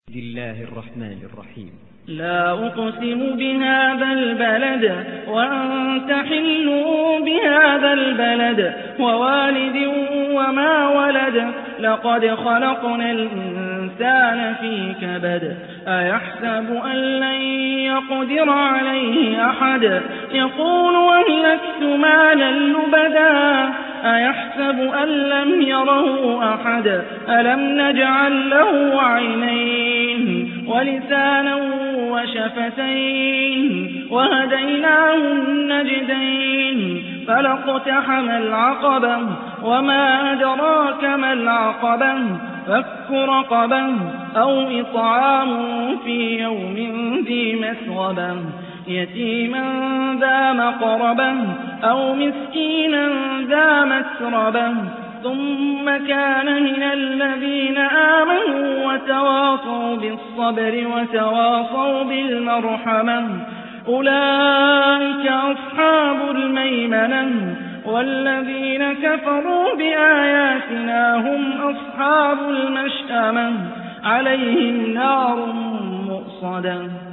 بسم الله الرحمن الرحيم. لا أقسم بهذا البلد وأنت حل بهذا البلد ووالد وما ولد لقد خلقنا الإنسان في كبد أيحسب أن لن يقدر عليه أحد يقول أهلكت مالا لبدا أيحسب أن لم يره أحد ألم نجعل له عينين ولسانا وشفتين وهديناه النجدين فلاقتحم العقبة وما أدراك ما العقبة فك رقبة أو إطعام في يوم ذي مسغبة يتيما ذا مقربة أو مسكينا ذا مسربة ثم كان من الذين آمنوا وتواصوا بالصبر وتواصوا بالمرحمة أولئك أصحاب الميمنة والذين كفروا بآياتنا هم أصحاب المشأمة عليهم نار مؤصدة.